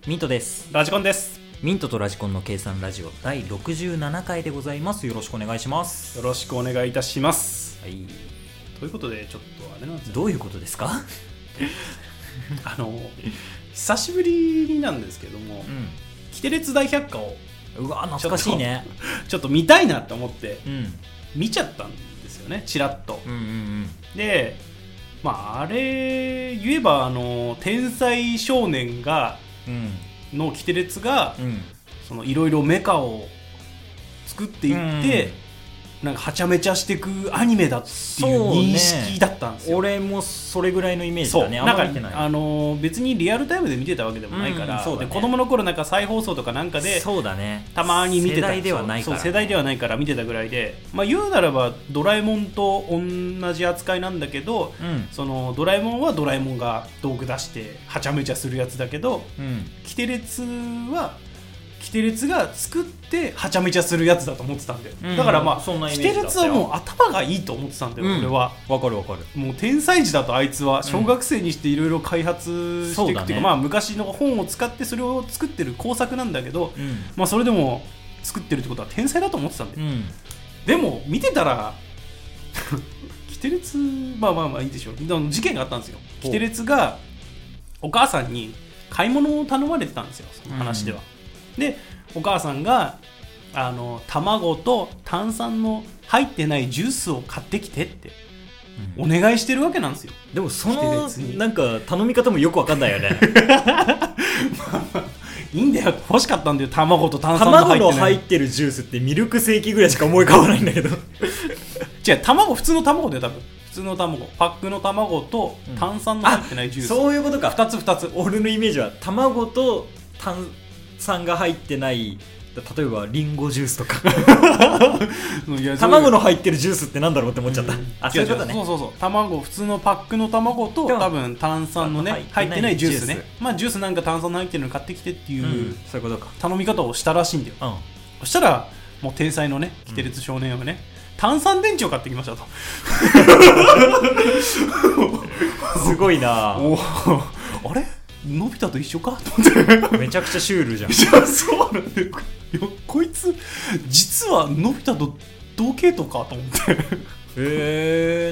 ミントです。 ラジコンです。 ミントとラジコンの計算ラジオ第67回でございます。よろしくお願いします。 よろしくお願いいたします。 はい。 ということでちょっとあれなんですよ。 どういうことですか？ 久しぶりになんですけども、キテレツ大百科をうわ懐かしいね。 ちょっと見たいなと思って、見ちゃったんですよね、チラッと。で、まああれ言えば天才少年が、のキテレツが、そのいろいろメカを作っていって、なんかはちゃめちゃしていくアニメだっていう認識だったんですよ。 俺もそれぐらいのイメージだね。あんまり見てない。 別にリアルタイムで見てたわけでもないから、で子供の頃なんか再放送とかなんかでそうだね、 たまに見てた。 世代ではないから、 そう世代ではないから見てたぐらいで、まあ、言うならばドラえもんと同じ扱いなんだけど、そのドラえもんはドラえもんが道具出してはちゃめちゃするやつだけど、キテレツはキテレツが作ってはちゃめちゃするやつだと思ってたんだよ、だからまあキテレツはもう頭がいいと思ってたんだよ、俺は。 わかるわかる。 もう天才児だとあいつは小学生にしていろいろ開発していくっていうか、まあ昔の本を使ってそれを作ってる工作なんだけど、まあそれでも作ってるってことは天才だと思ってたんだよ、でも見てたらキテレツまあいいでしょう。事件があったんですよ。キテレツがお母さんに買い物を頼まれてたんですよ、その話では。でお母さんが卵と炭酸の入ってないジュースを買ってきてってお願いしてるわけなんですよ。 でもそのなんか頼み方もよくわかんないよね。 いいんだよ、欲しかったんだよ、卵と炭酸の入ってない。 卵の入ってるジュースってミルクセーキぐらいしか思い浮かばないんだけど。 違う、卵、普通の卵だよ、多分普通の卵、パックの卵と炭酸の入ってないジュース、 そういうことか。 2つ。 俺のイメージは卵と炭酸が入ってない、例えばリンゴジュースとか。卵の入ってるジュースってなんだろうって思っちゃった、あ、そういうことね。 そう卵、普通のパックの卵と多分炭酸のね入ってないジュースね。まあジュースなんか炭酸の入ってるの買ってきてっていう、 そういうことか、 頼み方をしたらしいんだよ、そしたらもう天才のねキテレツ少年はね、炭酸電池を買ってきましたと。 すごいな。あれのび太と一緒かと思って。 めちゃくちゃシュールじゃん。 いやそうなんだよ。こいつ実はのび太と同系統かと思って。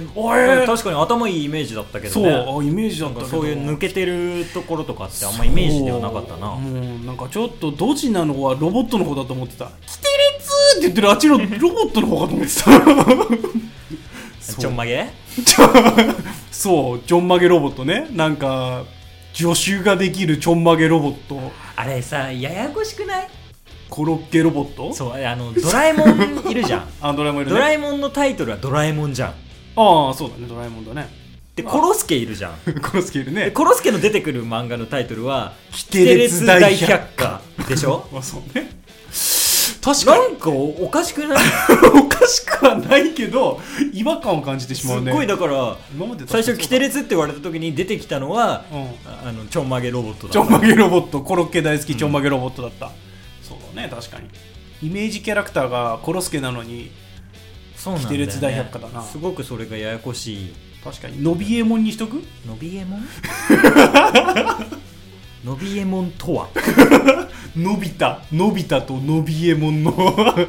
確かに頭いいイメージだったけどね。 そうイメージだったけど、 そういう抜けてるところとかってあんまイメージではなかったな。 もうなんかちょっとドジなのはロボットの方だと思ってた。キテレツって言ってるあっちのロボットの方かと思ってた。 ちょんまげそう、ちょんまげロボットね。なんか助手ができるちょんまげロボット。 あれさ、ややこしくない？ コロッケロボット。 そう、ドラえもんいるじゃん。 あ、ドラえもんいるね。 ドラえもんのタイトルはドラえもんじゃん。 ああ、そうだね、ドラえもんだね。 で、コロスケいるじゃん。 コロスケいるね。 コロスケの出てくる漫画のタイトルはキテレツ大百科でしょ。 そうね。確かになんかおかしくない？ おかしくはないけど違和感を感じてしまうね。 すごい。だから最初キテレツって言われた時に出てきたのは、ちょんまげロボットだった。 ちょんまげロボット、コロッケ大好きちょんまげロボットだった、そうだね。確かにイメージキャラクターがコロスケなのにキテレツ大百科だな。 すごくそれがややこしい。 確かにのびえもんにしとく。 のびえもんのびえもんとはのび太とのびえもんの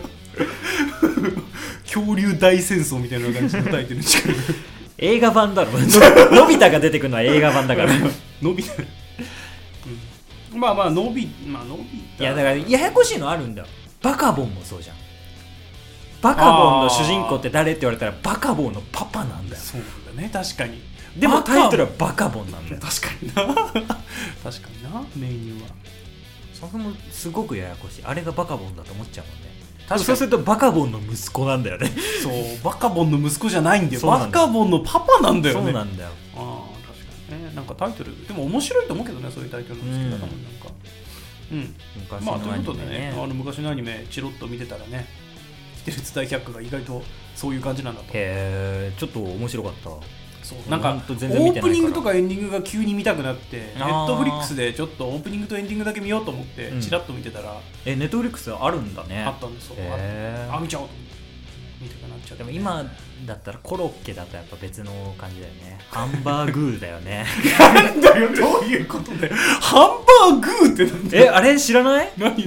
恐竜大戦争みたいな感じのタイトルに近い。 映画版だろ。のび太が出てくるのは映画版だから。 のび太、まあのび太。 いやだからややこしいのあるんだよ。バカボンもそうじゃん。バカボンの主人公って誰って言われたらバカボンのパパなんだよ。 そうなんだね、確かに。 でもタイトルはバカボンなんだよ。 確かにな。確かにな、メニューは。 それもすごくややこしい。あれがバカボンだと思っちゃうもんね。そうするとバカボンの息子なんだよね。 そう、バカボンの息子じゃないんだよ。バカボンのパパなんだよね。 そうなんだよ。 ああ、確かにね。なんかタイトルでも面白いと思うけどね、そういうタイトルの付け方もなんか。昔のアニメね。まあということでね、昔のアニメチロッと見てたらね、キテレツ大百科が意外とそういう感じなんだと。 へえ、ちょっと面白かった。 そうなんかオープニングとかエンディングが急に見たくなって、ネットフリックスでちょっとオープニングとエンディングだけ見ようと思ってチラッと見てたら、 ネットフリックスあるんだね。 あったんですよ。見ちゃおうと思ってみたくなっちゃって、 でも今だったらコロッケだとやっぱ別の感じだよね。ハンバーグーだよね。 なんだよ、どういうことでハンバーグーってなんだよ。 あれ知らない？ 何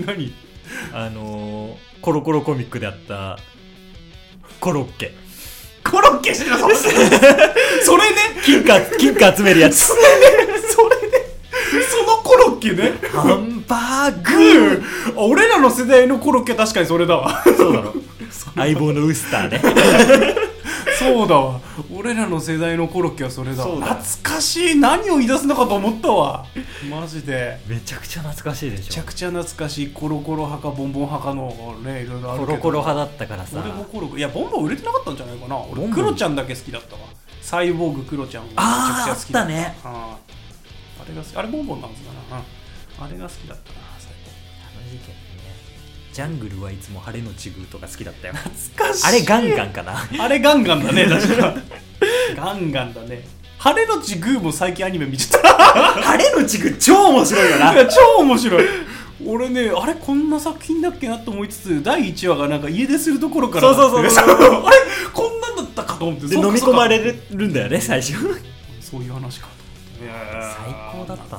コロコロコミックであったコロッケ知らない。それね、 金貨集めるやつ。 それね、そのコロッケね。 ハンバーグー。 俺らの世代のコロッケは確かにそれだわ。 そうだろ。相棒のウスターね。 そうだわ、俺らの世代のコロッケはそれだわ。懐かしい。何を言い出すのかと思ったわ、マジで。 めちゃくちゃ懐かしいでしょ。 めちゃくちゃ懐かしい。コロコロ派かボンボン派かのね、いろいろあるけど、 コロコロ派だったからさ。 俺もコロコロ、いやボンボン売れてなかったんじゃないかな。俺クロちゃんだけ好きだったわ。サイボーグクロちゃんがめちゃくちゃ好きだった。 あね、 あれが好き。あれボンボンなんですかな、あれが好きだったな。 あの事件ね。ジャングルはいつも晴れのちぐとか好きだったよ。 懐かしい。 あれガンガンかな。 あれガンガンだね、確か。ガンガンだね。晴れのちぐも最近アニメ見ちゃった。 晴れのちぐ超面白いよな。 いや超面白い。俺ね、あれこんな作品だっけなと思いつつ、第1話がなんか家出するところからそうあれこんなんだったかと思って、 で飲み込まれるんだよね最初。 そういう話かと思って。 最高だったな。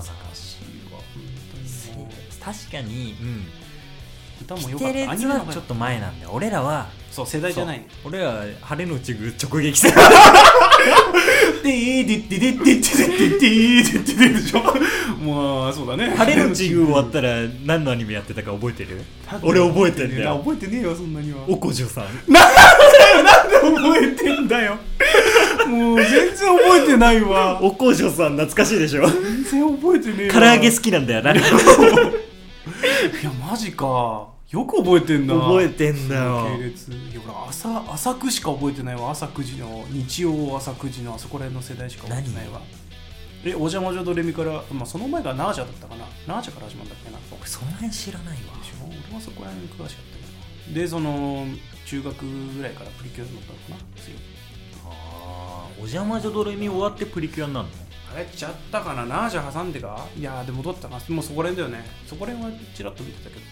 確かに、 歌も良かった。 キテレツはちょっと前なんだよ。俺らはそう世代じゃないね。 俺らは晴れのちぐ直撃する。 でーでってでってでってでしょ。もうそうだね。 晴れのちぐ終わったら何のアニメやってたか覚えてる？俺覚えてんだよ。 覚えてねえよそんなには。 おこじょさん。 なんで覚えてんだよ。もう全然覚えてないわ。 おこじょさん懐かしいでしょ。 全然覚えてねえわ。 唐揚げ好きなんだよな。いやマジか。よく覚えてんな。 覚えてんだよ。 系列。いや俺朝9しか覚えてないわ。朝9時の日曜朝9時のあそこら辺の世代しか覚えてないわ。お邪魔女ドレミから、その前がナージャだったかな。ナージャから始まったっけな。 僕その辺知らないわ。でしょ。 俺はそこら辺詳しかったけど。でその中学ぐらいからプリキュアになったのかな。 お邪魔女ドレミ終わってプリキュアになるの？ あれちゃったかな。ナージャ挟んでか。いやでもどったか。もうそこら辺だよね。そこら辺はちらっと見てたけど。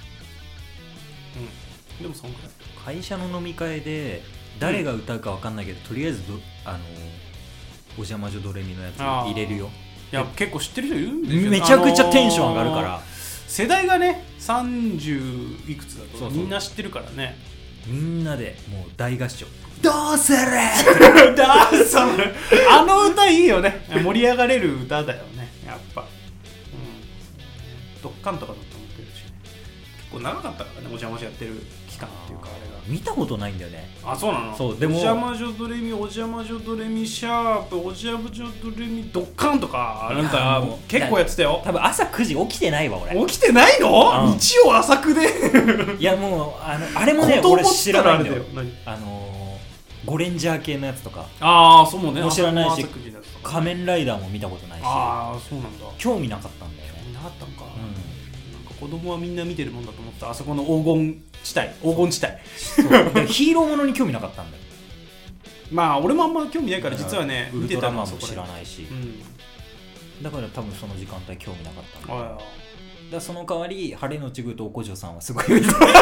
でもそんくらい。 会社の飲み会で誰が歌うか分かんないけど、とりあえずお邪魔女ドレミのやつ入れるよ。 いや結構知ってる人いるんですよ。 めちゃくちゃテンション上がるから、 世代がね30いくつだとみんな知ってるからね。 みんなでもう大合唱。どうするあの歌いいよね。盛り上がれる歌だよねやっぱ。ドッカンとかだと思ってるし、結構長かったからね、お邪魔女やってる期間っていうか。あれが見たことないんだよね。 あ、そうなの。 そうでもお邪魔女ドレミ、お邪魔女ドレミシャープ、お邪魔女ドレミドッカンとかなんか結構やってたよ。 多分朝9時起きてないわ俺。 起きてないの？日曜朝9で。 いやもうあれもね俺知らないんだよ。ゴレンジャー系のやつとか。 そうもね。 も知らないし、仮面ライダーも見たことないし。 そうなんだ。 興味なかったんだよね。 なかったのか。なんか子供はみんな見てるもんだと思った。あそこの黄金地帯。 ヒーローものに興味なかったんだよ。 俺もあんま興味ないから実はね、 ウルトラマンも知らないし。だから多分その時間帯興味なかったんだよ。だその代わり晴れのちぐとおこじょさんはすごい。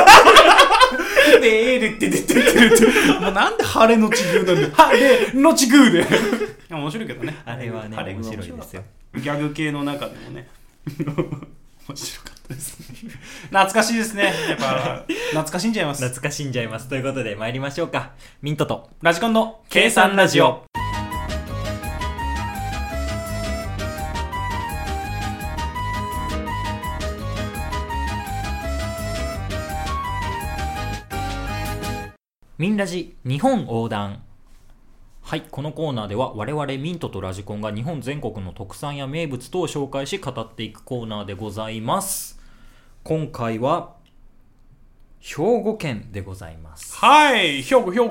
もうなんで晴れのちぐなんだ。晴れのちぐで。面白いけどね。 あれはね面白いですよ。 ギャグ系の中でもね。面白かったですね。懐かしいですね。やっぱ懐かしんじゃいます。 懐かしんじゃいます。ということで参りましょうか。ミントとラジコンの計算ラジオ。 ミンラジ日本横断。はい、このコーナーでは我々ミントとラジコンが日本全国の特産や名物等を紹介し語っていくコーナーでございます。今回は兵庫県でございます。 はい、兵庫。兵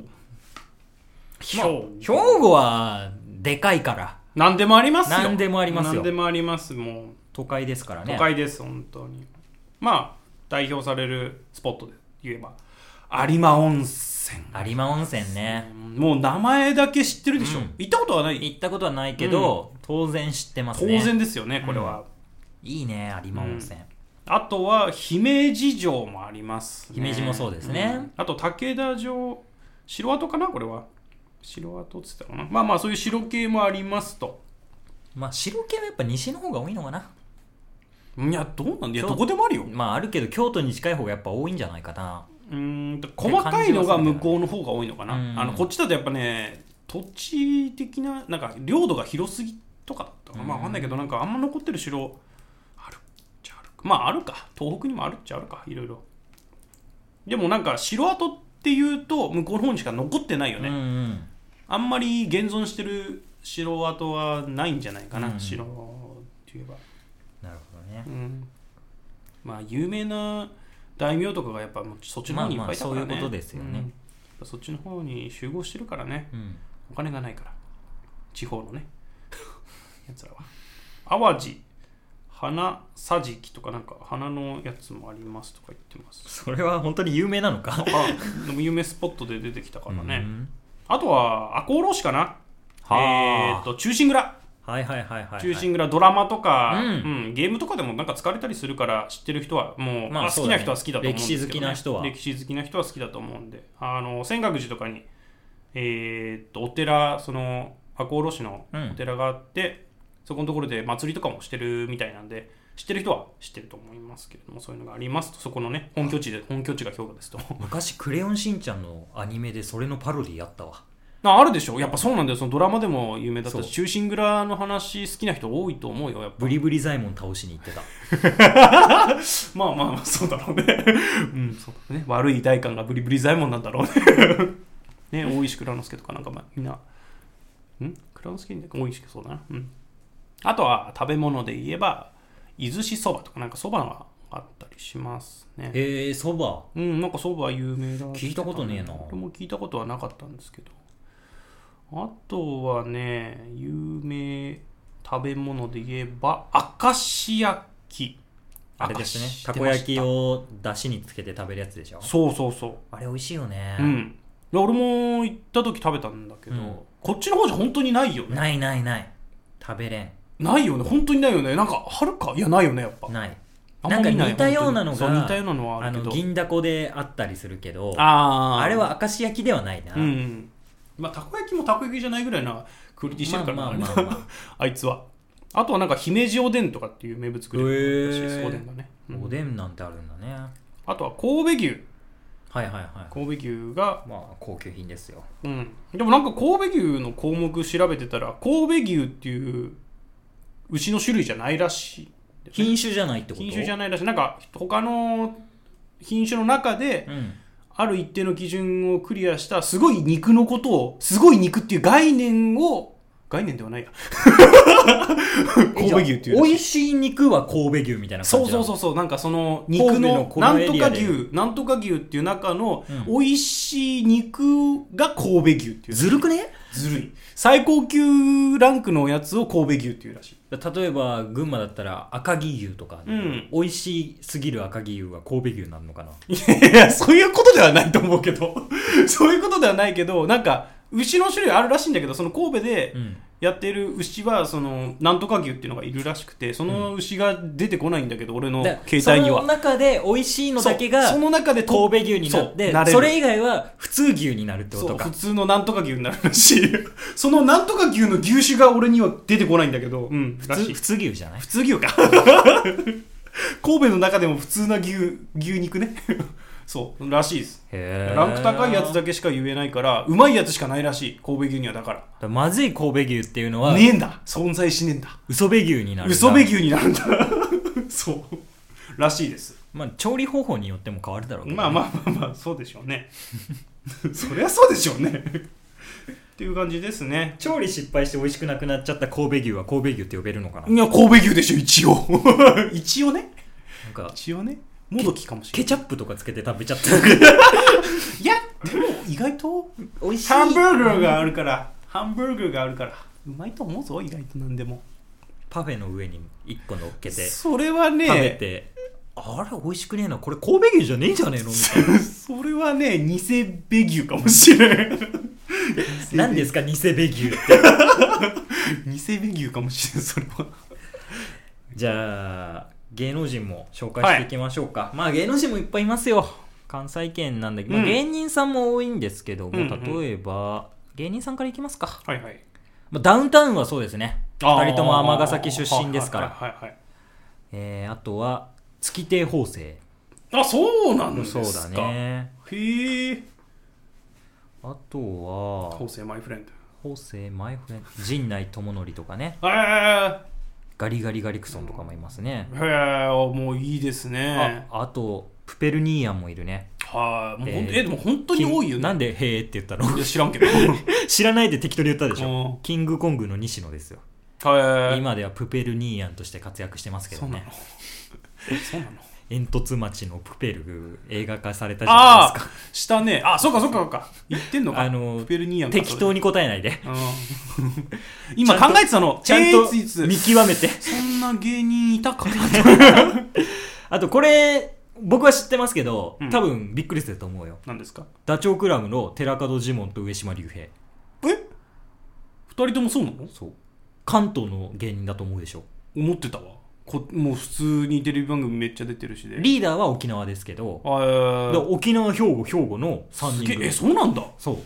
庫はでかいから何でもありますよ。 何でもありますよ。 何でもあります。もう都会ですからね。 都会です本当に。代表されるスポットで言えば有馬温泉。 有馬温泉ね。 もう名前だけ知ってるでしょ。行ったことはない？ 行ったことはないけど、当然知ってますね。 当然ですよねこれは。 いいね有馬温泉。 あとは姫路城もありますね。 姫路もそうですね。 あと武田城白跡かなこれは。白跡って言ったかな。まあまあそういう白系もありますと。 まあ白系はやっぱ西の方が多いのかな。 いやどうなんだ、いやどこでもあるよ。 まああるけど京都に近い方がやっぱ多いんじゃないかな。 細かいのが向こうの方が多いのかな。こっちだとやっぱね、土地的ななんか領土が広すぎとかだったかな。まあ分かんないけど、なんかあんま残ってる城あるっちゃあるか。まああるか、東北にもあるっちゃあるか、いろいろ。でもなんか城跡っていうと向こうの方にしか残ってないよね。あんまり現存してる城跡はないんじゃないかな、城って言えば。 なるほどね。 まあ有名な大名とかがやっぱそっちの方にいっぱいいたからね。 そういうことですよね。 そっちの方に集合してるからね、お金がないから地方のねやつらは。淡路花さじきとかなんか花のやつもありますとか言ってます。 それは本当に有名なのかでも有名スポットで出てきたからね。あとは赤穂浪士かな。忠臣蔵。忠臣蔵、ドラマとか、ゲームとかでもなんか使われたりするから知ってる人はもう、好きな人は好きだと思うんですけど、ね、 歴史好きな人は好きだと思うんで、泉岳寺とかに、お寺、その赤穂浪士のお寺があって、そこのところで祭りとかもしてるみたいなんで、知ってる人は知ってると思いますけれども、そういうのがありますと、そこのね本拠地が兵庫ですと。 昔クレヨンしんちゃんのアニメでそれのパロディやったわ。 あるでしょ。やっぱそうなんだよ。そのドラマでも有名だったし、忠臣蔵の話好きな人多いと思うよ。やっぱブリブリ左衛門倒しに行ってたまあまあそうだろうねそうだね。悪い代官がブリブリ左衛門なんだろうね。大石蔵之介とかなんか、みんな蔵之介に大石そうだな。あとは食べ物で言えば伊豆しそばとかなんかそばがあったりしますね。 そば。 なんかそば有名だ。 聞いたことねえな。 俺も聞いたことはなかったんですけど。あとはね、有名食べ物で言えば明石焼き。 あれですね。たこ焼きを出汁につけて食べるやつでしょ。 そうあれ美味しいよね。 俺も行った時食べたんだけど、こっちの方じゃ本当にないよね。 ない食べれん。 ないよね、本当にないよね。なんかあるか。いやないよね、やっぱない。なんか似たようなのがはあるけど、 銀だこであったりするけど、あれは明石焼きではないな。 まあたこ焼きもたこ焼きじゃないぐらいなクオリティしてるからな、あいつは。あとはなんか姫路おでんとかっていう名物グルメもあったし、おでんがね、 おでんなんてあるんだね。 あとは神戸牛。 神戸牛が高級品ですよ。 でもなんか神戸牛の項目調べてたら、神戸牛っていう牛の種類じゃないらしい。 品種じゃないってこと？ 品種じゃないらしい。なんか他の品種の中で、ある一定の基準をクリアしたすごい肉のことを、すごい肉っていう概念ではないや神戸牛っていう。 美味しい肉は神戸牛みたいな感じ。 そうなんかその肉のなんとか牛っていう中の美味しい肉が神戸牛っていう。 ずるくね？ ずるい。最高級ランクのやつを神戸牛っていうらしい。 例えば群馬だったら赤城牛とか、美味しすぎる赤城牛は神戸牛になるのかな。 いやそういうことではないと思うけどそういうことではないけど、なんか牛の種類あるらしいんだけど、その神戸でやってる牛はそのなんとか牛っていうのがいるらしくて、その牛が出てこないんだけど、俺の携帯にはその中で美味しいのだけがその中で神戸牛になって、それ以外は普通牛になるってことか。 普通のなんとか牛になるらしいそのなんとか牛の牛種が俺には出てこないんだけど、 普通牛じゃない？ 普通牛か神戸の中でも普通な牛肉ねそうらしいです。ランク高いやつだけしか言えないから、うまいやつしかないらしい、神戸牛には。だからまずい神戸牛っていうのはねえんだ、存在しねえんだ。 嘘部牛になるんだ。 嘘部牛になるんだそうらしいです。 調理方法によっても変わるだろうけど、ね、 まあそうでしょうねそりゃそうでしょうねっていう感じですね。 調理失敗して美味しくなくなっちゃった神戸牛は神戸牛って呼べるのかな。 いや神戸牛でしょ一応一応ね、もどきかもしれない。 ケチャップとかつけて食べちゃったいやでも意外と美味しい。 ハンバーガーがあるからうまいと思うぞ、意外と。なんでもパフェの上に1個乗っけて、 それはね食べて、あれ美味しくねえな、これ神戸牛じゃねえんじゃねえのみたいなそれはね偽ベ牛かもしれない何ですか偽ベ牛って偽ベ牛かもしれない、それは。 じゃあ芸能人も紹介していきましょうか。芸能人もいっぱいいますよ。 関西圏なんだけど、芸人さんも多いんですけども、例えば芸人さんからいきますか。 はいはい。 ダウンタウンはそうですね。2人とも尼崎出身ですから。あとは月亭方正。 そうなんですか。 そうだね。 へえ。 あとは方正マイフレンド。 方正マイフレンド、陣内智則とかね。ガリガリガリクソンとかもいますね。 へえ、もういいですね。 あとプペルニーヤンもいるね。 はい、でも本当に多いよね。 なんでへーって言ったの？ いや知らんけど知らないで適当に言ったでしょ。キングコングの西野ですよ。今ではプペルニーヤンとして活躍してますけどね。 そうなの煙突町のプペル映画化されたじゃないですか。 したね。そうか言ってんのか。プペルニーヤン適当に答えないで。 今考えてたの。 ちゃんと見極めて。 そんな芸人いたかな。 あとこれ僕は知ってますけど、多分びっくりすると思うよ。 何ですか？ ダチョウ倶楽部の寺門ジモンと上島竜兵。 2人ともそうなの？ そう。関東の芸人だと思うでしょ。 思ってたわ。もう普通にテレビ番組めっちゃ出てるしで。 リーダーは沖縄ですけど、沖縄兵庫の3人組。 そうなんだ。 そう。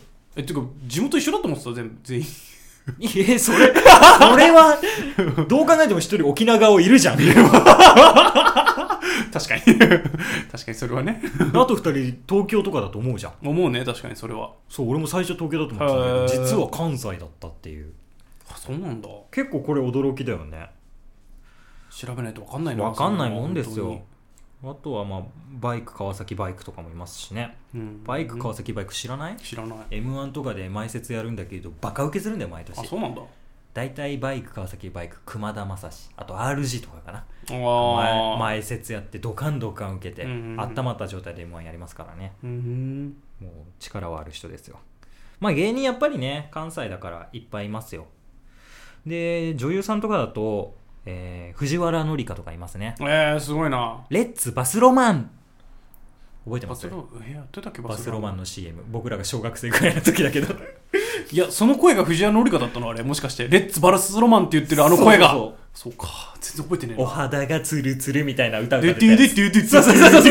てか地元一緒だと思ってた全員。 それはどう考えても一人沖縄顔いるじゃん。 確かにそれはね。 あと2人東京とかだと思うじゃん。 思うね、確かにそれは。 そう、俺も最初東京だと思ってたけど、実は関西だったっていう。 そうなんだ。 結構これ驚きだよね。 調べないと分かんないな。 分かんないもんですよ。あとはバイク川崎バイクとかもいますしね。バイク川崎バイク知らない？ 知らない。 M1 とかで前説やるんだけどバカ受けするんだよ毎年。 そうなんだ。 大体バイク川崎バイク熊田正史、あと RG とかかな。前説やってドカンドカン受けて、温まった状態で M1 やりますからね。もう力はある人ですよ。芸人やっぱりね関西だからいっぱいいますよ。で女優さんとかだと藤原紀香とかいますね。 すごいな。 レッツバスロマン覚えてます？ やってたっけ？ バスロマンの CM。 僕らが小学生くらいの時だけどいやその声が藤原紀香だったの？あれもしかしてレッツバスロマンって言ってるあの声が。そうか、全然覚えてねえな。 お肌がツルツルみたいな歌歌っててそう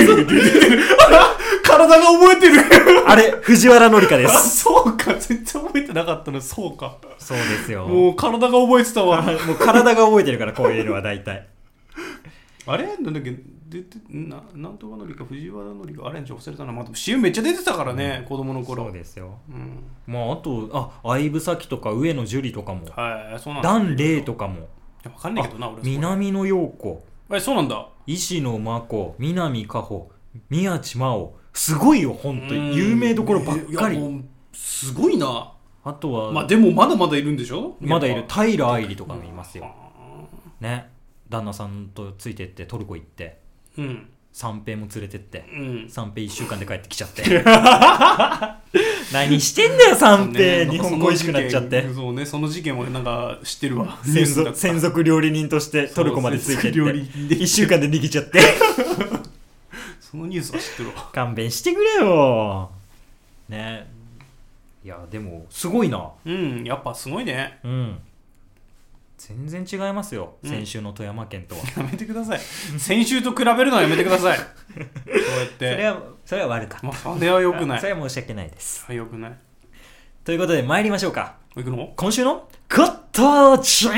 体が覚えてるあれ藤原紀香です。 そうか、全然覚えてなかったの。そうか、 そうですよ。 もう体が覚えてたわ。 もう体が覚えてるからこういうのは大体あれなんだっけ、なんとか紀香、藤原紀香、あれ忘れたな。CM めっちゃ出てたからね、子供の頃。 そうですよ。あと相武咲とか上野樹里とかも、 そうなんだ。 檀れいとかも。 分かんないけどな俺。 南野陽子、 そうなんだ。 石野真子、南果歩、宮地真央、すごいよ本当に有名どころばっかり。 もうすごいな。 あとはでもまだまだいるんでしょ？ まだいる。平愛理とかもいますよね。旦那さんとついてってトルコ行って、三平も連れてって、三平1週間で帰ってきちゃって何してんだよ三平、日本恋しくなっちゃって。 そうね、その事件俺なんか知ってるわ。 専属料理人としてトルコまでついてって1週間で逃げちゃってそのニュースは知ってるわ。 勘弁してくれよね。いやでもすごいな。 やっぱすごいね。 全然違いますよ、先週の富山県とは。 やめてください。先週と比べるのはやめてください。そうやってそれは悪かった。 それは良くない。 それは申し訳ないです。 良くない。 ということで参りましょうか。 行くの？ 今週のコットーちゃ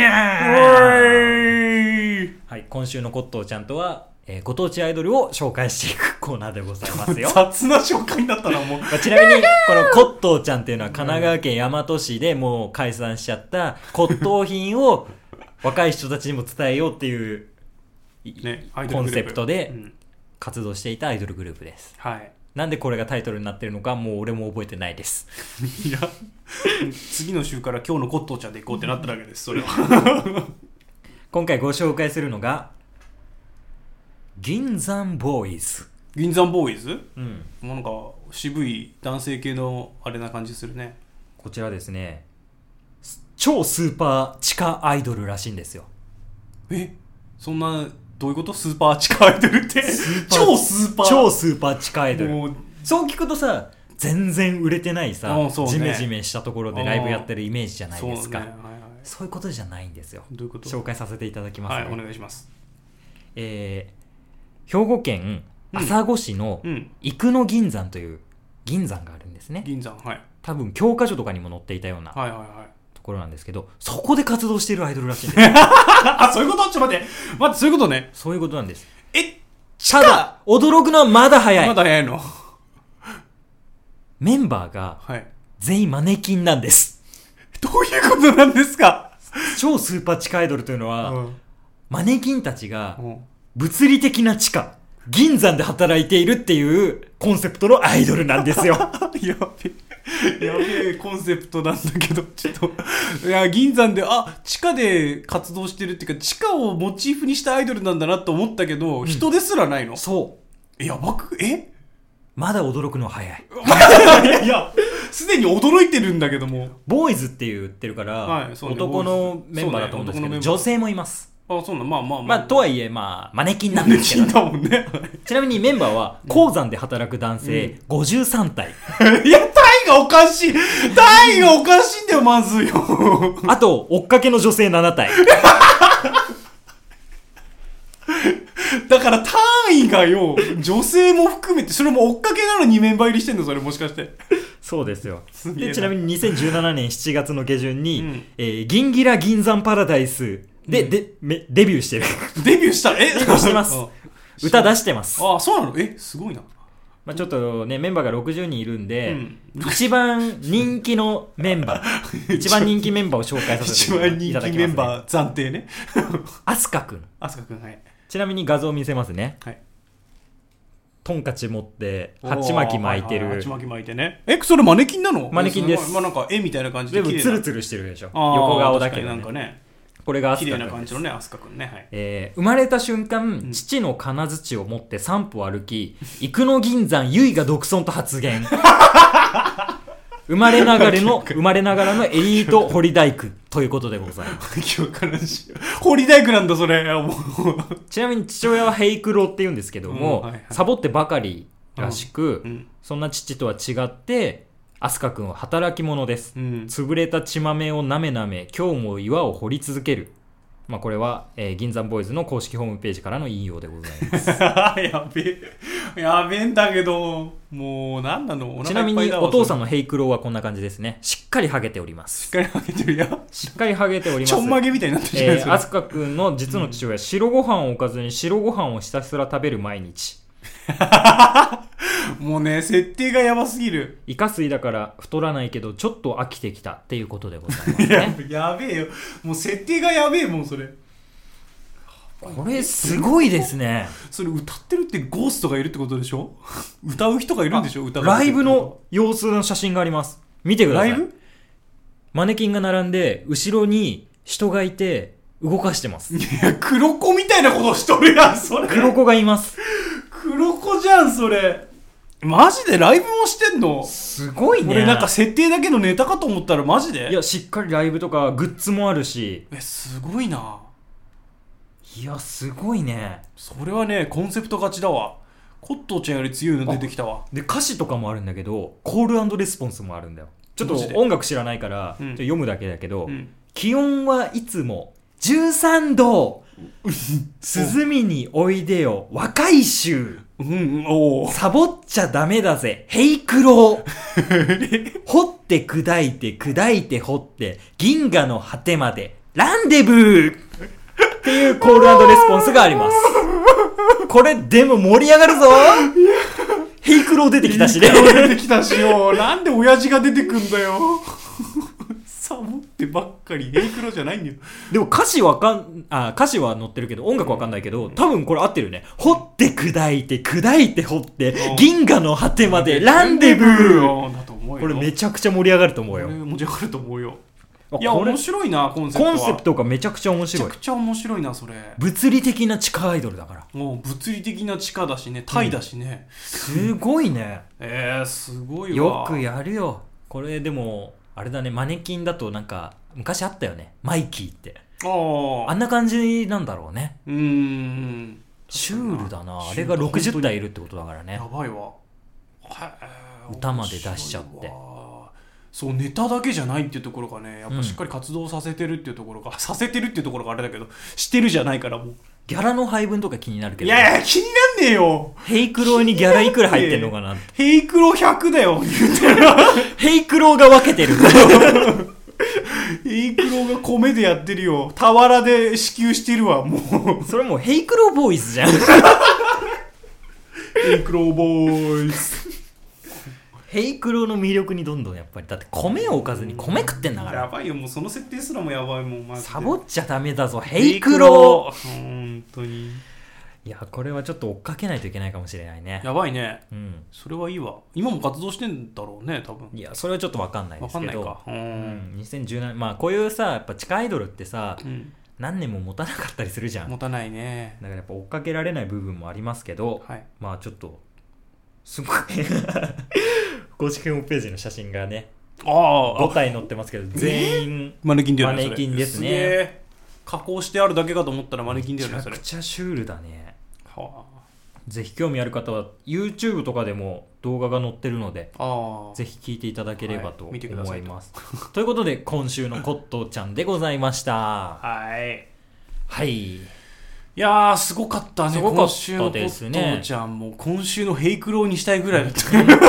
ん。はい、今週のコットーちゃんとは、ご当地アイドルを紹介していくコーナーでございますよ。 雑な紹介になったなもう。 ちなみにこのコットーちゃんっていうのは神奈川県大和市でもう解散しちゃった骨董品を若い人たちにも伝えようっていう、コンセプトで活動していたアイドルグループです。なんでこれがタイトルになってるのかもう俺も覚えてないです。 いや次の週から今日のコットーちゃんで行こうってなっただけです。それは今回ご紹介するのが銀山ボーイズ。 銀山ボーイズ？もうなんか渋い男性系のあれな感じするね。 こちらですね、超スーパー地下アイドルらしいんですよ。 そんなどういうこと？スーパー地下アイドルって超スーパー地下アイドル。そう聞くとさ、全然売れてないさ、ジメジメしたところでライブやってるイメージじゃないですか。そういうことじゃないんですよ。 どういうこと？ 紹介させていただきますね。 お願いします。 兵庫県朝来市の生野銀山という銀山があるんですね。 銀山、はい。 多分教科書とかにも載っていたようなはいはいはい。 ところなんですけど、そこで活動しているアイドルらしいんです。 あ、そういうこと？ちょっと待って、そういうことね。 そういうことなんです。 ただ驚くのはまだ早い。 まだ早いの。 メンバーが全員マネキンなんです。 どういうことなんですか？ 超スーパー地下アイドルというのは、マネキンたちが物理的な地下、銀山で働いているっていうコンセプトのアイドルなんですよ。 やべえコンセプトなんだけど、ちょっといや銀山で地下で活動してるっていうか、地下をモチーフにしたアイドルなんだなと思ったけど、人ですらないの。 そう。 やばくまだ驚くのは早い。 いやすでに驚いてるんだけども、 ボーイズって言ってるから、はいそうね、男のメンバーだと思うんですけど、女性もいます。 そうな、まあとはいえマネキンなんですけど、 だもんね。 ちなみにメンバーは鉱山で働く男性53体。 いや、体がおかしいんだよ、まずよ。 あと追っかけの女性7体。 だから単位がよ、女性も含めて、それも追っかけなのにメンバー入りしてんの、それもしかして。 そうですよ。でちなみに2017年7月の下旬に、銀ギラ銀山パラダイスで、デビューしてる。 デビューした？ デビューしてます。歌出してます。 そうなの？すごいな。 ちょっとね、メンバーが60人いるんで、一番人気のメンバー、一番人気メンバーを紹介させていただきます、ね。 一番人気メンバー暫定ね。 アスカくん。 はい。 ちなみに画像見せますね。はい。トンカチ持って、鉢巻き巻いてる。 鉢巻き巻いてね。それマネキンなの？ マネキンです。 なんか絵みたいな感じで。 全部ツルツルしてるでしょ。横顔だけど、ね。 なんかね。 これがアスカくんです。 綺麗な感じのね、アスカくんね。はい。 生まれた瞬間、父の金槌を持って3歩歩き、生野銀山唯が独尊と発言。生まれながらのエリート掘り大工ということでございます。 掘り大工なんだ、それ。 ちなみに父親はヘイクロって言うんですけども、サボってばかりらしく、そんな父とは違って、アスカ君は働き者です、潰れた血豆をなめなめ今日も岩を掘り続ける。これは、銀山ボーイズの公式ホームページからの引用でございます。 やべえんだけど、もう何なの。 ちなみにお父さんのヘイクローはこんな感じですね。しっかりハゲております。 しっかりハゲてるよ。 しっかりハゲております。 ちょんまげみたいになってるじゃないですか。 アスカ君の実の父親、白ご飯を置かずに白ご飯をひたすら食べる毎日。 もうね、設定がやばすぎる。 イカ水だから太らないけどちょっと飽きてきたっていうことでございますね。 やべえよ、もう設定がやべえもん。それこれすごいですね。 それ歌ってるってゴーストがいるってことでしょ。歌う人がいるんでしょ。歌ライブの様子の写真があります。見てください。ライブマネキンが並んで後ろに人がいて動かしてます。 いや、黒子みたいなことしとるやん、それ。 黒子がいます。 黒子じゃん、それ。マジでライブもしてんの？ すごいね。 俺なんか設定だけのネタかと思ったらマジで？ いや、しっかりライブとかグッズもあるし。 すごいな。 いや、すごいね。 それはね、コンセプト勝ちだわ。コットーちゃんより強いの出てきたわ。 で、歌詞とかもあるんだけど、コール&レスポンスもあるんだよ。ちょっと音楽知らないから、読むだけだけど、気温はいつも13度涼みにおいでよ若い衆、サボっちゃダメだぜヘイクロ掘って砕いて砕いて掘って銀河の果てまでランデブーっていうコール&レスポンスがあります。これでも盛り上がるぞ。ヘイクロ出てきたしね。 出てきたしよ。なんで親父が出てくんだよ。サボってばっかり。ヘイクロじゃないんだよ。 でも歌詞は載ってるけど音楽わかんないけど、多分これ合ってるよね。掘って砕いて砕いて掘って銀河の果てまでランデブーだと思うよ。これめちゃくちゃ盛り上がると思うよ。 盛り上がると思うよ。いや、面白いな、コンセプトは。 コンセプトがめちゃくちゃ面白い。 めちゃくちゃ面白いな、それ。 物理的な地下アイドルだから。 もう物理的な地下だしね、タイだしね。 すごいね。 すごいわ。 よくやるよ。これでもあれだね、マネキンだとなんか昔あったよね、マイキーって。あんな感じなんだろうね。シュールだな。あれが60体いるってことだからね。 やばいわ。 歌まで出しちゃって。 そう、ネタだけじゃないっていうところがね、やっぱしっかり活動させてるっていうところが、させてるっていうところがあれだけど、してるじゃないからもうギャラの配分とか気になるけど。 いやいや、気になんねえよ。 ヘイクローにギャラいくら入ってんのかなって。 ヘイクロ100だよ、言うてる。 ヘイクローが分けてる。 ヘイクローが米でやってるよ。俵で支給してるわ、もう。 それもうヘイクローボーイズじゃん。 ヘイクローボーイズ。 ヘイクローの魅力にどんどんやっぱり、だって米を置かずに米食ってんだから。 やばいよ、もうその設定すらもやばいもん、マジで。 サボっちゃダメだぞ、ヘイクロー。 本当に。 いや、これはちょっと追っかけないといけないかもしれないね。 やばいね。 うん。 それはいいわ。今も活動してんだろうね、多分。 いや、それはちょっと分かんないですけど。 分かんないか。 2017年、まあこういうさ、やっぱ地下アイドルってさ、 うん何年も持たなかったりするじゃん。 持たないね。 だからやっぱ追っかけられない部分もありますけど、 はい、 まあちょっとすごい公式ホームページの写真がね、5体載ってますけど、全員マネキンだよね。 マネキンですね。 すげえ。加工してあるだけかと思ったらマネキンだよね、それ。 めちゃくちゃシュールだね。 はあ、 ぜひ興味ある方は YouTube とかでも動画が載ってるので、ぜひ聞いていただければと思います。ということで今週のコットーちゃんでございました。 はいはい。 いやー、すごかったね。 すごかったですね。 コットーちゃんも今週のヘイクローにしたいぐらいだった。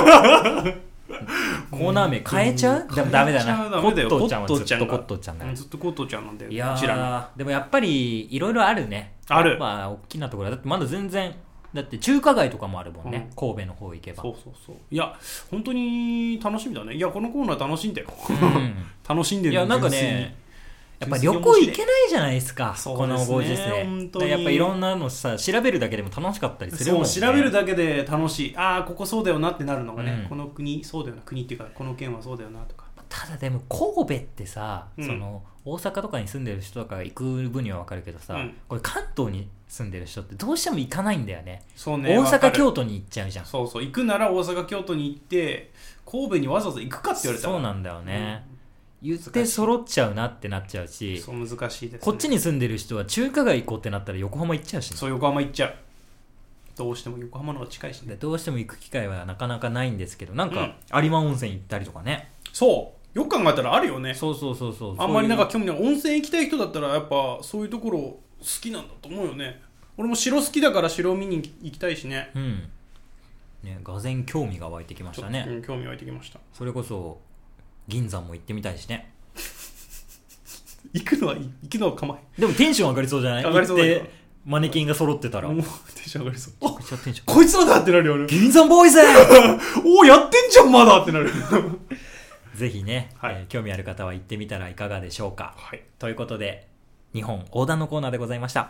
コーナー名変えちゃう？でもダメだな。コットーちゃんはずっとコットーちゃんだよ。 ずっとコットーちゃんなんだよ。 いやー、でもやっぱりいろいろあるね。 ある。 まあ大きなところだってまだ全然。だって中華街とかもあるもんね、神戸の方行けば。 そういや本当に楽しみだね。いやこのコーナー楽しんでよ、楽しんでる。 いやなんかね、やっぱ旅行行けないじゃないですか、このご時世。やっぱいろんなのさ調べるだけでも楽しかったりするもんね。 そう、調べるだけで楽しい。ああここそうだよなってなるのがね、この国そうだよな、国っていうかこの県はそうだよなとか。 ただでも神戸ってさ、その大阪とかに住んでる人とか行く分には分かるけどさ、これ関東に住んでる人ってどうしても行かないんだよね。 そうね、 大阪京都に行っちゃうじゃん。 そう行くなら大阪京都に行って神戸にわざわざ行くかって言われたらそうなんだよね、言って揃っちゃうなってなっちゃうし、 そう難しいですね。 こっちに住んでる人は中華街行こうってなったら横浜行っちゃうし、ね、 そう横浜行っちゃう。どうしても横浜の方が近いしね。 どうしても行く機会はなかなかないんですけど、なんか有馬温泉行ったりとかね。 そうよく考えたらあるよね。 そうあんまりなんか興味ない。温泉行きたい人だったらやっぱそういうところ好きなんだと思うよね。俺も城好きだから城見に行きたいしね。 ね、がぜん興味が湧いてきましたね。 興味湧いてきました。 それこそ銀山も行ってみたいしね。 行くのは構え。 でもテンション上がりそうじゃない？ 上がりそうだよ。 マネキンが揃ってたらテンション上がりそう。 テンションこいつらだってなるよね。 銀山ボーイズおーやってんじゃんまだってなる。 ぜひね、興味ある方は行ってみたらいかがでしょうか。 はい、 ということで日本横断のコーナーでございました。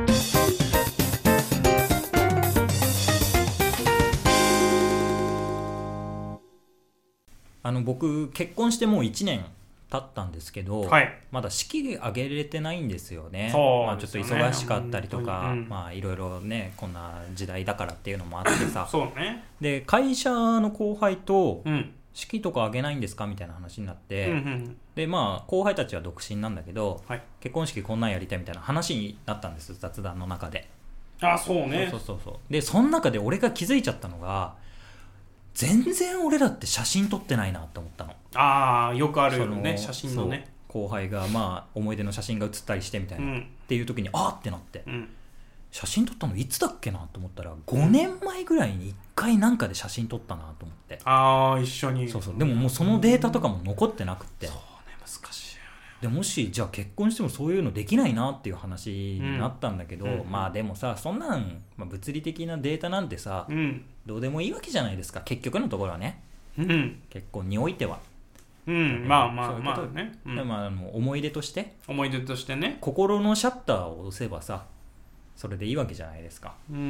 僕結婚してもう1年経ったんですけど、まだ式挙げれてないんですよね。まあ、ちょっと忙しかったりとか、まあいろいろねこんな時代だからっていうのもあってさそうね。 で会社の後輩と、式とか挙げないんですかみたいな話になって、でまあ後輩たちは独身なんだけど、結婚式こんなんやりたいみたいな話になったんです、雑談の中で。 そうね。 そうでその中で俺が気づいちゃったのが、全然俺らって写真撮ってないなって思ったの。 よくあるよね、写真のね。 後輩がまあ思い出の写真が写ったりしてみたいな、っていう時にってなって、写真撮ったのいつだっけなと思ったら5年前ぐらいに1回なんかで写真撮ったなと思って。 一緒に。 でももうそのデータとかも残ってなくって。 そうね、難しいよね。 でもしじゃあ結婚してもそういうのできないなっていう話になったんだけど、まあでもさそんなん、物理的なデータなんてさ、どうでもいいわけじゃないですか、結局のところはね、結婚においては。 まあね、 思い出としてね、 心のシャッターを押せばさそれでいいわけじゃないですか。で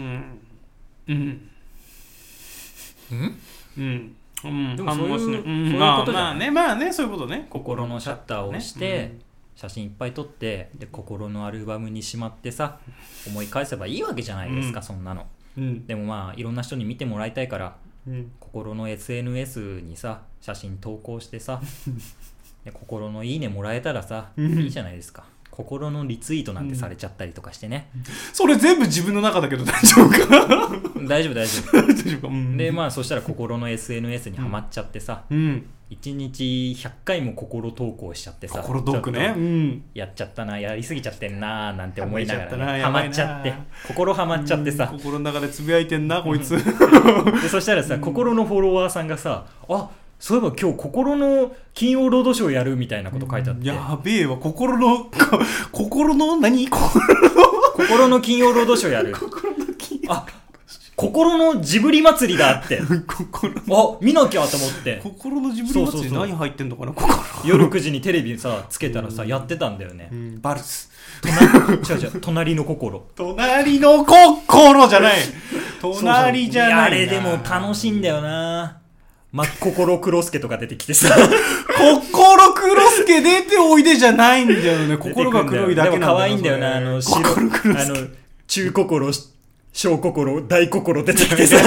もそういうことじゃない。 まあね、そういうことね。 心のシャッターを押して写真いっぱい撮って、で心のアルバムにしまってさ思い返せばいいわけじゃないですか、そんなの。でもまあいろんな人に見てもらいたいから、心の SNS にさ写真投稿してさで心のいいねもらえたらさ、いいじゃないですか。心のリツイートなんてされちゃったりとかしてね、 それ全部自分の中だけど大丈夫かな。 大丈夫大丈夫か。 でまあそしたら心の SNS にはまっちゃってさ、 1日100回も心投稿しちゃってさ、 心トークね、うん、 やっちゃったな、やりすぎちゃってんななんて思いながら、 ね、 ハマっちゃって、心ハマっちゃってさ、 心の中でつぶやいてんなこいつでそしたらさ、心のフォロワーさんがさ、あ、そういえば今日心の金曜ロードショーやるみたいなこと書いてあって、 やべえわ、心の何心の金曜ロードショーやる心の金曜、 あ、心のジブリ祭りだってあ、見なきゃと思って、 心のジブリ祭り何入ってんのかな、 夜9時にテレビさつけたらさ、やってたんだよね、 バルス、 違う隣の心、 隣の心じゃない隣じゃないな、 あれでも楽しいんだよな、心黒助とか出てきてさ心黒助出ておいでじゃないんだよね、心が黒いだけなんだよ。 でも可愛いんだよな、中心、小心、大心出てきてさ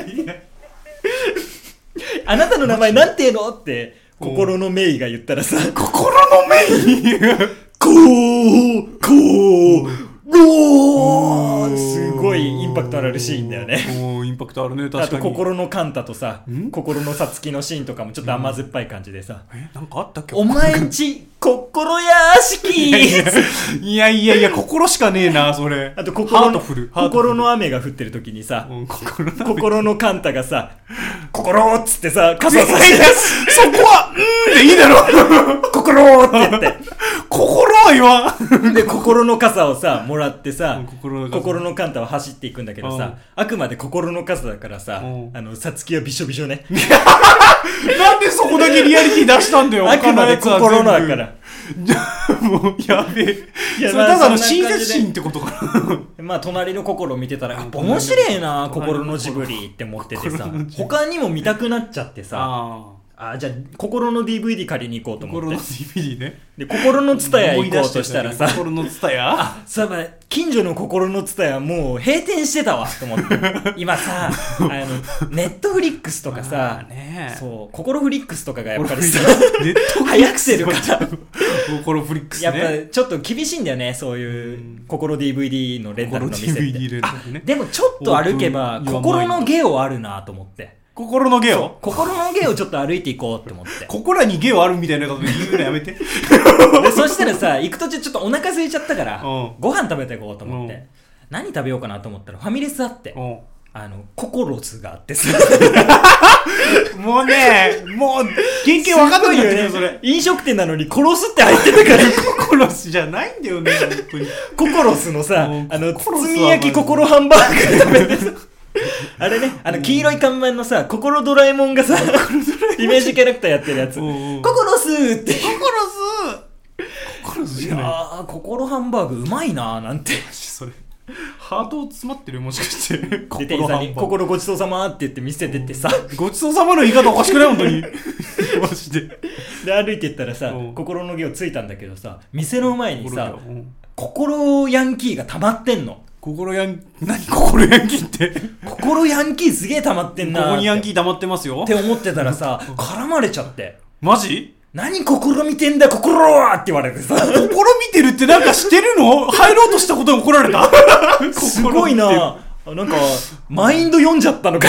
あなたの名前なんていうのって心のメイが言ったらさ、 心のメイこうすごいインパクトあるシーンだよね。 インパクトあるね、確かに。 あと心のカンタとさ、心のさつきのシーンとかもちょっと甘酸っぱい感じでさ、 なんかあったっけ、 お前んち心屋敷いや心しかねえなそれ。 あと心の雨が降ってる時にさ、心のカンタがさ、心っつってさ、傘さしてそこはでいいだろ心って言って心は言わんで、心の傘をさもらってさ、心のカンタは走っていくんだけどさ、あくまで心の傘だからさ、さつきはびしょびしょねなんでそこだけリアリティ出したんだよ。 あくまで心のだからもうやべえ。それただの親切心ってことかな。 まあ隣の心を見てたら、やっぱ面白いな心のジブリって思っててさ、他にも見たくなっちゃってさ、じゃあ心の DVD 借りに行こうと思って、 心の DVD ね。 で心のツタヤ行こうとしたらさ、 心のツタヤ、 そういえば近所の心のツタヤもう閉店してたわと思って今さ、ネットフリックスとかさ、そう心フリックスとかがやっぱりさ流行ってるから心フリックスね、 やっぱちょっと厳しいんだよね、そういう心 DVD のレンタルの店って。でもちょっと歩けば心のゲオあるなと思って、 心のゲオちょっと歩いていこうって思ってここらにゲオあるみたいなこと言うのやめてでそしたらさ、行く途中ちょっとお腹空いちゃったから、ご飯食べていこうと思って、何食べようかなと思ったらファミレスあって、ココロスがあってさもうね、もう原型分かんなくなってるよそれ。 飲食店なのに殺すって入ってたからココロスじゃないんだよね本当に。 ココロスのさ、包み焼き心ハンバーグ食べてさあれね、黄色い看板のさ、心ドラえもんがさ、イメージキャラクターやってるやつ。ココロスって。コロスじゃない。心ハンバーグうまいなーなんて。 それ。ハート詰まってるもしかして。 で、店員さんに、心ごちそうさまって言って店出てさ。 ごちそうさまの言い方おかしくない本当に。マジで。 で、歩いてったらさ、心のゲをついたんだけどさ、店の前にさ、心ヤンキーが溜まってんの。 何心ヤンキーって心ヤンキーすげえ溜まってんなーって。 ここにヤンキー溜まってますよって思ってたらさ、絡まれちゃって。 マジ？ 何心見てんだ心はって言われてさ、 心見てるってなんかしてるの？入ろうとしたことに怒られたすごいな、なんかマインド読んじゃったのかな。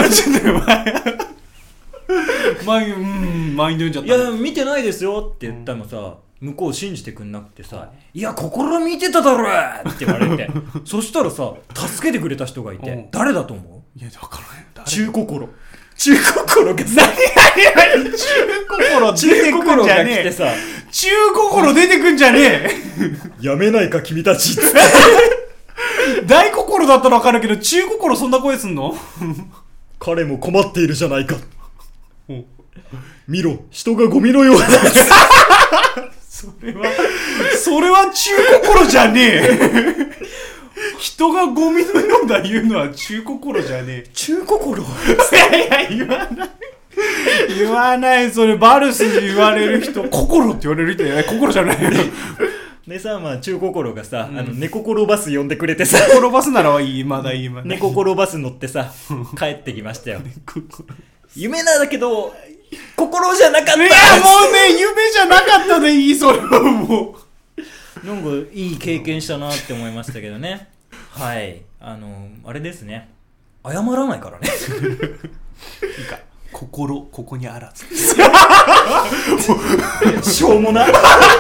マインド読んじゃった。 いや見てないですよって言ったのさ、向こう信じてくんなくてさ、いや心見てただろって言われてそしたらさ、助けてくれた人がいて、誰だと思う？ いや分からない。 中心がさ、 中心が来てさ、中心出てくんじゃねえやめないか君たち大心だったら分かるけど、中心そんな声すんの彼も困っているじゃないか見ろ、人がゴミのようだそれは中心じゃねえ人がゴミのようだ言うのは中心じゃねえ。 中心いや言わないそれバルスに言われる人心って言われる人じゃない、心じゃないよでさ、まあ中心がさ、猫心バス呼んでくれてさ、 心バスならいい、まだいい猫心バス乗ってさ帰ってきましたよ夢なんだけど心じゃなかった。いやもうね、夢じゃなかったでいい、それはもうなんかいい経験したなって思いましたけどねはい、あれですね、謝らないからねいいか、 心ここにあらずしょうもな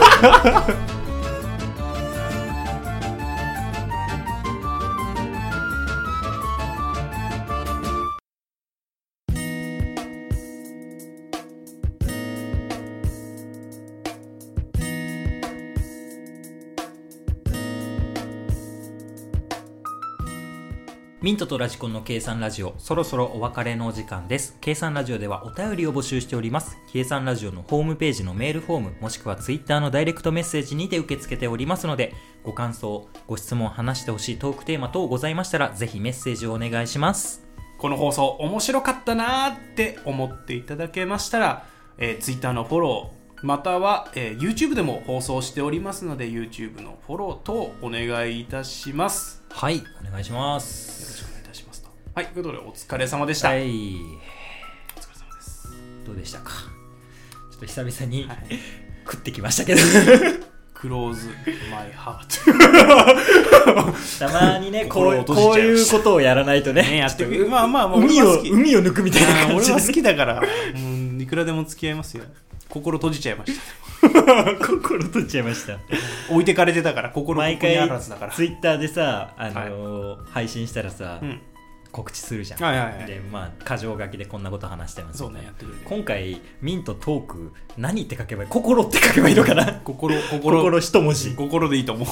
ミントとラジコンの計算ラジオ、そろそろお別れのお時間です。計算ラジオではお便りを募集しております。計算ラジオのホームページのメールフォーム、もしくはツイッターのダイレクトメッセージにて受け付けておりますので、ご感想、ご質問、話してほしいトークテーマ等ございましたら、ぜひメッセージをお願いします。 この放送面白かったなーって思っていただけましたら、ツイッターのフォロー、または、YouTube でも放送しておりますので YouTube のフォロー等お願いいたします。 はい、お願いします。 よろしくお願いいたしますと。はい、ということでお疲れ様でした。 はい、お疲れ様です。 どうでしたか。ちょっと久々に、はい、食ってきましたけどクローズマイハートたまにねこういうことをやらないとねやってまあ海を抜くみたいな感じで。 俺は好きだからいくらでも付き合いますよ。心閉じちゃいました心閉じちゃいました置いてかれてたから心ここにあらずだから。 ツイッターでさ、配信したらさ、告知するじゃん、で箇条書きでこんなこと話してますよね。やってるね。今回ミントトーク何って書けばいい、心って書けばいいのかな。心一文字。 心でいいと思う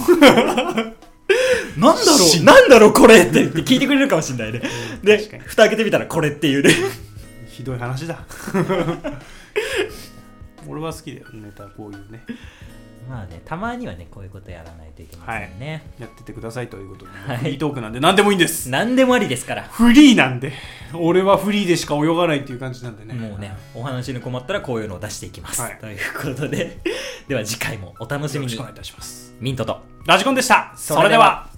なんだろうこれって聞いてくれるかもしれないねで蓋開けてみたらこれっていうねひどい話だ俺は好きだよネタ、こういうね。 まあね、たまにはねこういうことやらないといけませんね、 やっててくださいということで、フリートークなんで何でもいいんです。 何でもありですから。 フリーなんで、俺はフリーでしか泳がないっていう感じなんでね。 もうね、お話に困ったらこういうのを出していきます、ということででは次回もお楽しみに。よろしくお願いいたします。ミントとラジコンでした。それでは。